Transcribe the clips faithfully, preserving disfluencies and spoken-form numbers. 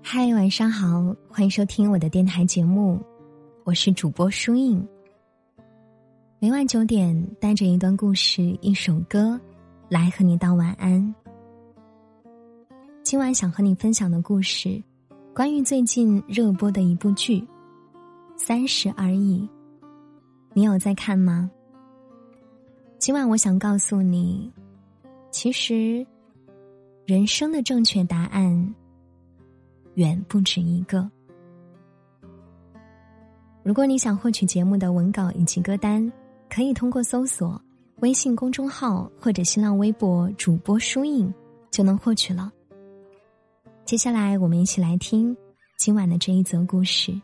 嗨，晚上好，欢迎收听我的电台节目，我是主播舒印。每晚九点，带着一段故事，一首歌，来和你道晚安。今晚想和你分享的故事，关于最近热播的一部剧《三十而已》，你有在看吗？今晚我想告诉你，其实人生的正确答案远不止一个。如果你想获取节目的文稿以及歌单，可以通过搜索微信公众号或者新浪微博主播舒印就能获取了。接下来我们一起来听今晚的这一则故事。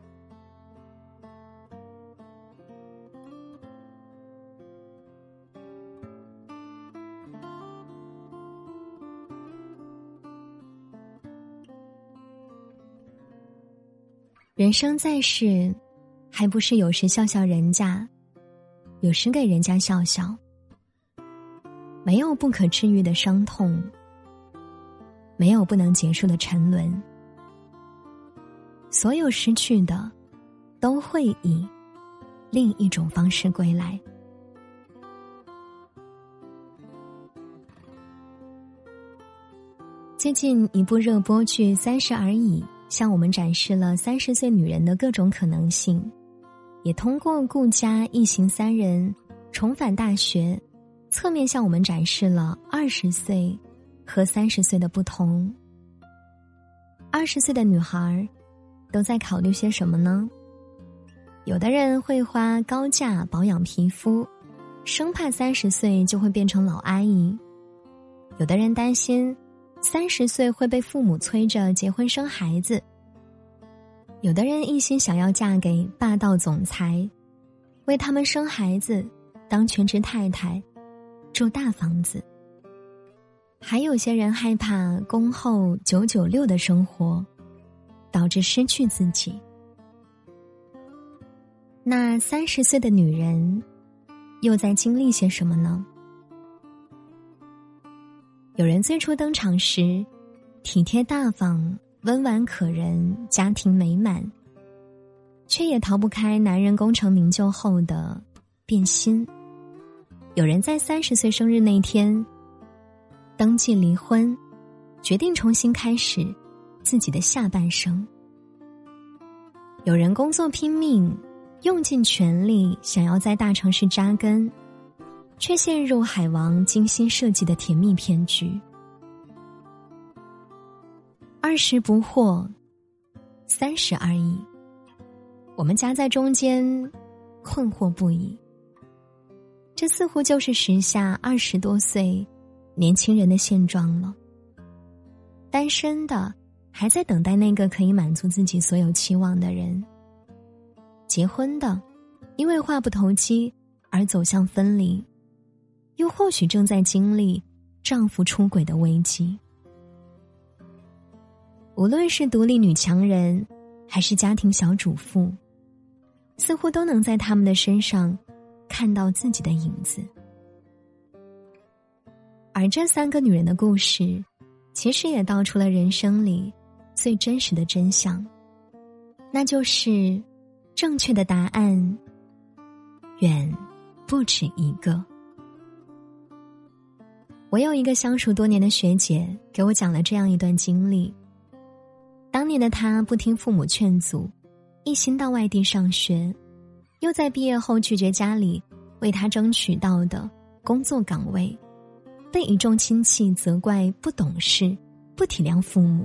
人生在世，还不是有时笑笑人家，有时给人家笑笑。没有不可治愈的伤痛，没有不能结束的沉沦。所有失去的，都会以另一种方式归来。最近一部热播剧《三十而已》向我们展示了三十岁女人的各种可能性，也通过顾家一行三人重返大学，侧面向我们展示了二十岁和三十岁的不同。二十岁的女孩都在考虑些什么呢？有的人会花高价保养皮肤，生怕三十岁就会变成老阿姨；有的人担心三十岁会被父母催着结婚生孩子；有的人一心想要嫁给霸道总裁，为他们生孩子，当全职太太，住大房子；还有些人害怕恭候九九六的生活，导致失去自己。那三十岁的女人又在经历些什么呢？有人最初登场时体贴大方，温婉可人，家庭美满，却也逃不开男人功成名就后的变心。有人在三十岁生日那天登记离婚，决定重新开始自己的下半生。有人工作拼命，用尽全力想要在大城市扎根，却陷入海王精心设计的甜蜜骗局。二十不惑，三十而已，我们夹在中间，困惑不已。这似乎就是时下二十多岁年轻人的现状了。单身的还在等待那个可以满足自己所有期望的人，结婚的因为话不投机而走向分离，又或许正在经历丈夫出轨的危机。无论是独立女强人还是家庭小主妇，似乎都能在她们的身上看到自己的影子。而这三个女人的故事，其实也道出了人生里最真实的真相，那就是正确的答案远不止一个。我有一个相熟多年的学姐给我讲了这样一段经历。当年的她不听父母劝阻，一心到外地上学，又在毕业后拒绝家里为她争取到的工作岗位，被一众亲戚责怪不懂事，不体谅父母。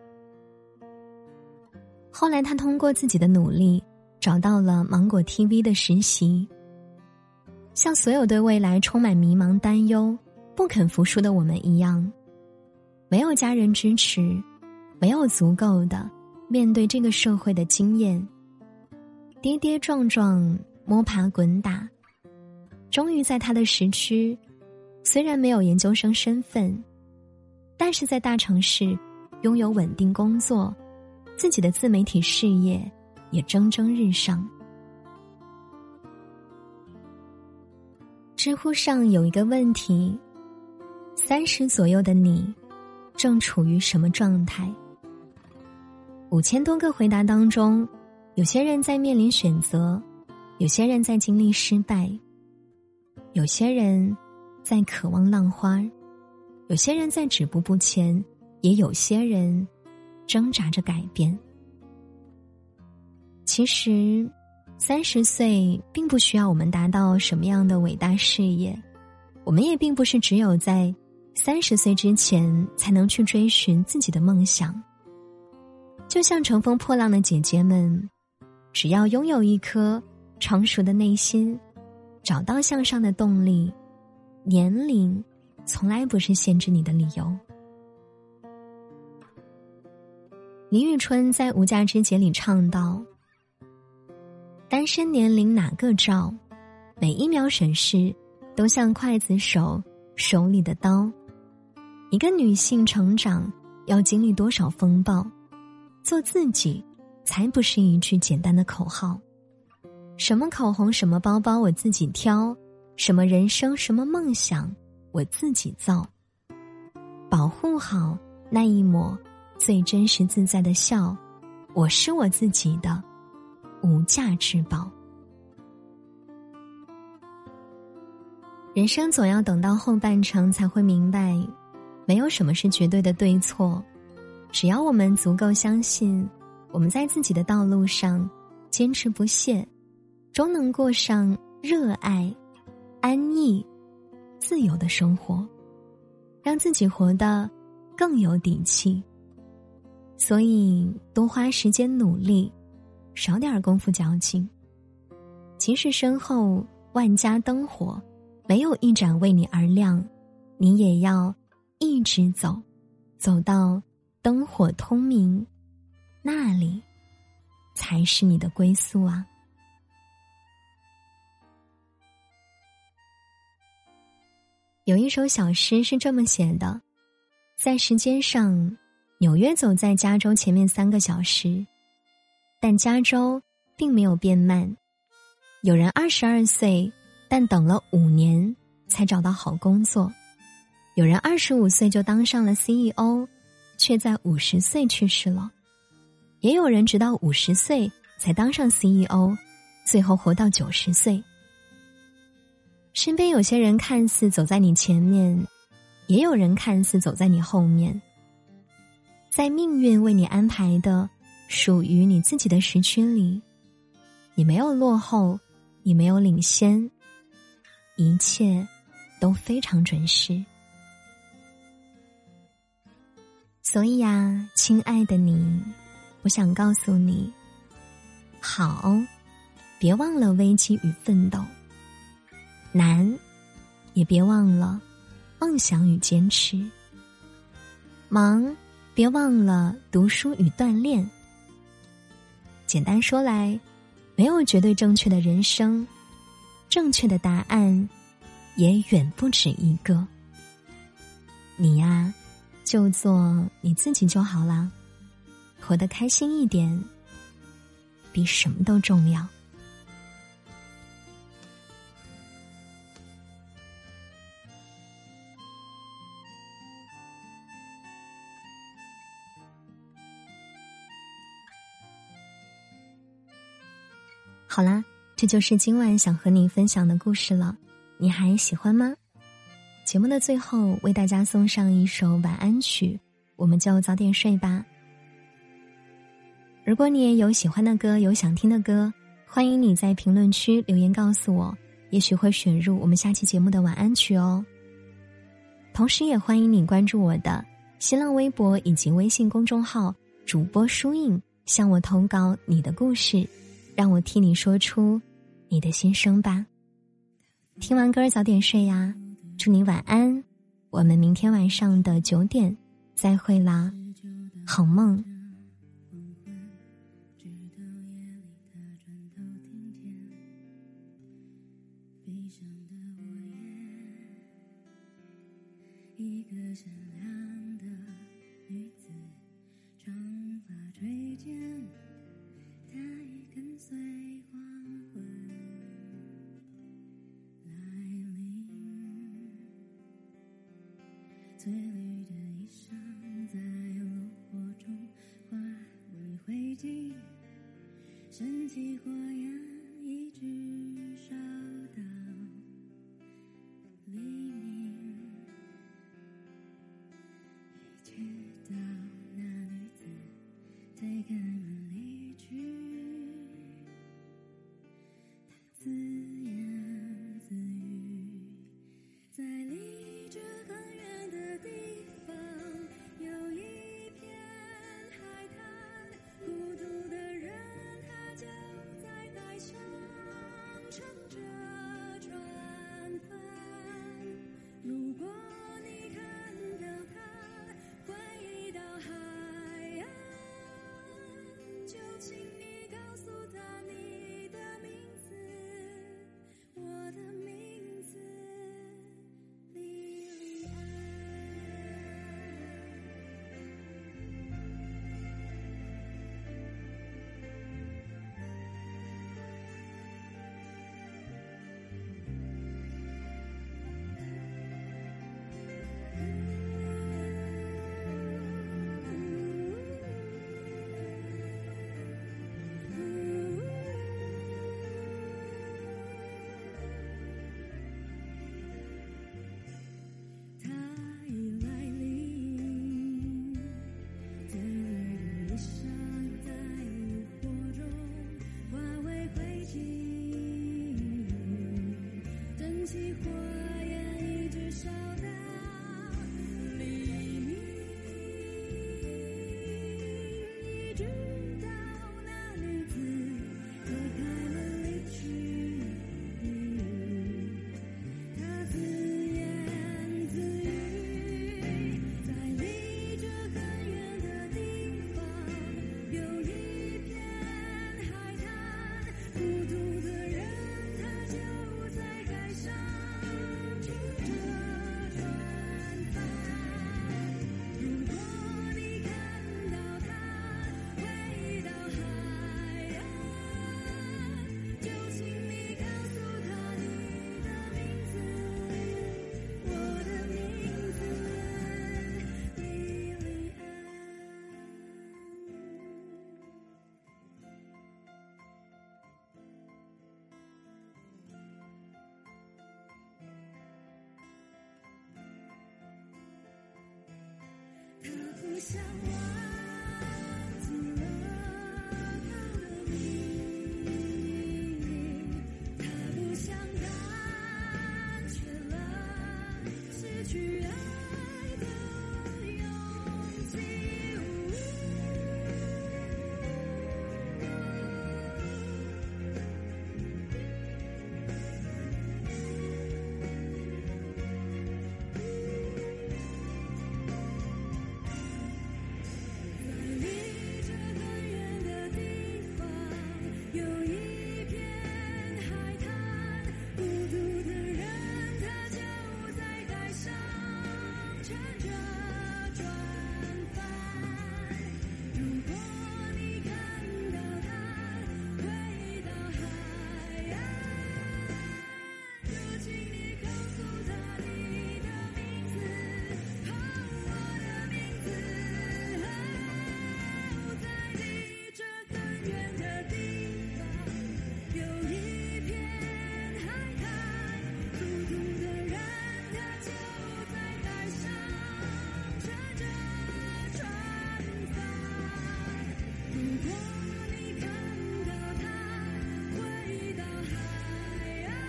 后来她通过自己的努力找到了芒果 T V 的实习。像所有对未来充满迷茫担忧不肯服输的我们一样，没有家人支持，没有足够的面对这个社会的经验，跌跌撞撞，摸爬滚打，终于在他的时区，虽然没有研究生身份，但是在大城市拥有稳定工作，自己的自媒体事业也蒸蒸日上。知乎上有一个问题，三十左右的你正处于什么状态？ 五千多个回答当中，有些人在面临选择，有些人在经历失败，有些人在渴望浪花，有些人在止步不前，也有些人挣扎着改变。其实三十岁并不需要我们达到什么样的伟大事业，我们也并不是只有在三十岁之前才能去追寻自己的梦想。就像乘风破浪的姐姐们，只要拥有一颗成熟的内心，找到向上的动力，年龄从来不是限制你的理由。李宇春在《无价之节》里唱道，单身年龄哪个照，每一秒审视都像刽子手手里的刀。一个女性成长要经历多少风暴，做自己才不是一句简单的口号。什么口红什么包包我自己挑，什么人生什么梦想我自己造。保护好那一抹最真实自在的笑，我是我自己的无价之宝。人生总要等到后半程才会明白，没有什么是绝对的对错，只要我们足够相信，我们在自己的道路上坚持不懈，终能过上热爱、安逸、自由的生活，让自己活得更有底气。所以多花时间努力，少点功夫矫情。即使身后万家灯火，没有一盏为你而亮，你也要一直走，走到灯火通明，那里才是你的归宿啊。有一首小诗是这么写的，在时间上，纽约走在加州前面三个小时，但加州并没有变慢。有人二十二岁，但等了五年才找到好工作；有人二十五岁就当上了 C E O， 却在五十岁去世了；也有人直到五十岁才当上 C E O， 最后活到九十岁。身边有些人看似走在你前面，也有人看似走在你后面。在命运为你安排的属于你自己的时区里，你没有落后，你没有领先，一切都非常准时。所以呀，亲爱的你，我想告诉你，好，别忘了危机与奋斗；难，也别忘了梦想与坚持；忙，别忘了读书与锻炼。简单说来，没有绝对正确的人生，正确的答案也远不止一个。你呀，就做你自己就好啦，活得开心一点，比什么都重要。好啦，这就是今晚想和你分享的故事了，你还喜欢吗？节目的最后为大家送上一首晚安曲，我们就早点睡吧。如果你也有喜欢的歌，有想听的歌，欢迎你在评论区留言告诉我，也许会选入我们下期节目的晚安曲哦。同时也欢迎你关注我的新浪微博以及微信公众号主播书印，向我投稿你的故事，让我替你说出你的心声吧。听完歌早点睡呀，祝你晚安，我们明天晚上的九点再会啦，好梦。 一个善良的女子，长发垂肩，她已跟随黄昏来临。翠绿的衣裳在炉火中化为灰烬，升起火焰，一直烧到黎明。一直到那女子推开门离去，她自言自语，在离这很远的地方，有一片海滩，孤独的人他就在海上乘着船帆。如果你看到他回到海岸，就请你告诉他你的名字，我的名字莉莉安。它已来临，最后一闪在炉火中化为灰烬，蒸汽火焰一直烧到黎明，一直到那女子推开门离去。她自言自语，在离这很远的地方，有一片海滩，孤独的人他就在海上乘着船帆。如果你看到他回到海岸，就请你告诉他你的名字，我的名字莉莉安。它不像王子了他的命，它不像胆怯了失去爱的勇气。在离这很远的地方，有一片海滩，孤独的人他就在海上乘着船帆。如果你看到他回到海岸，就请你告诉他你的名字，哦，我的名字。在离这很远的地方，有一片海滩，孤独的人他就在海上乘着船帆。如果你看到他回到海岸，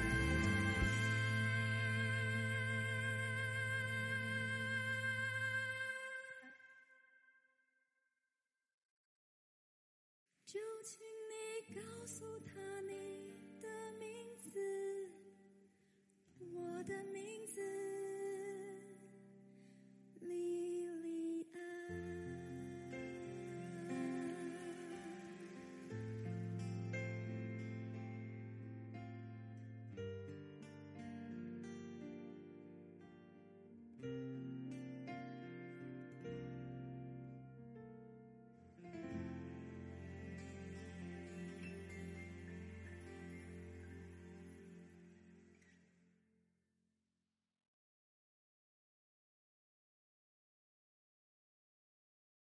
就请你告诉他你的名字，我的名字莉莉安。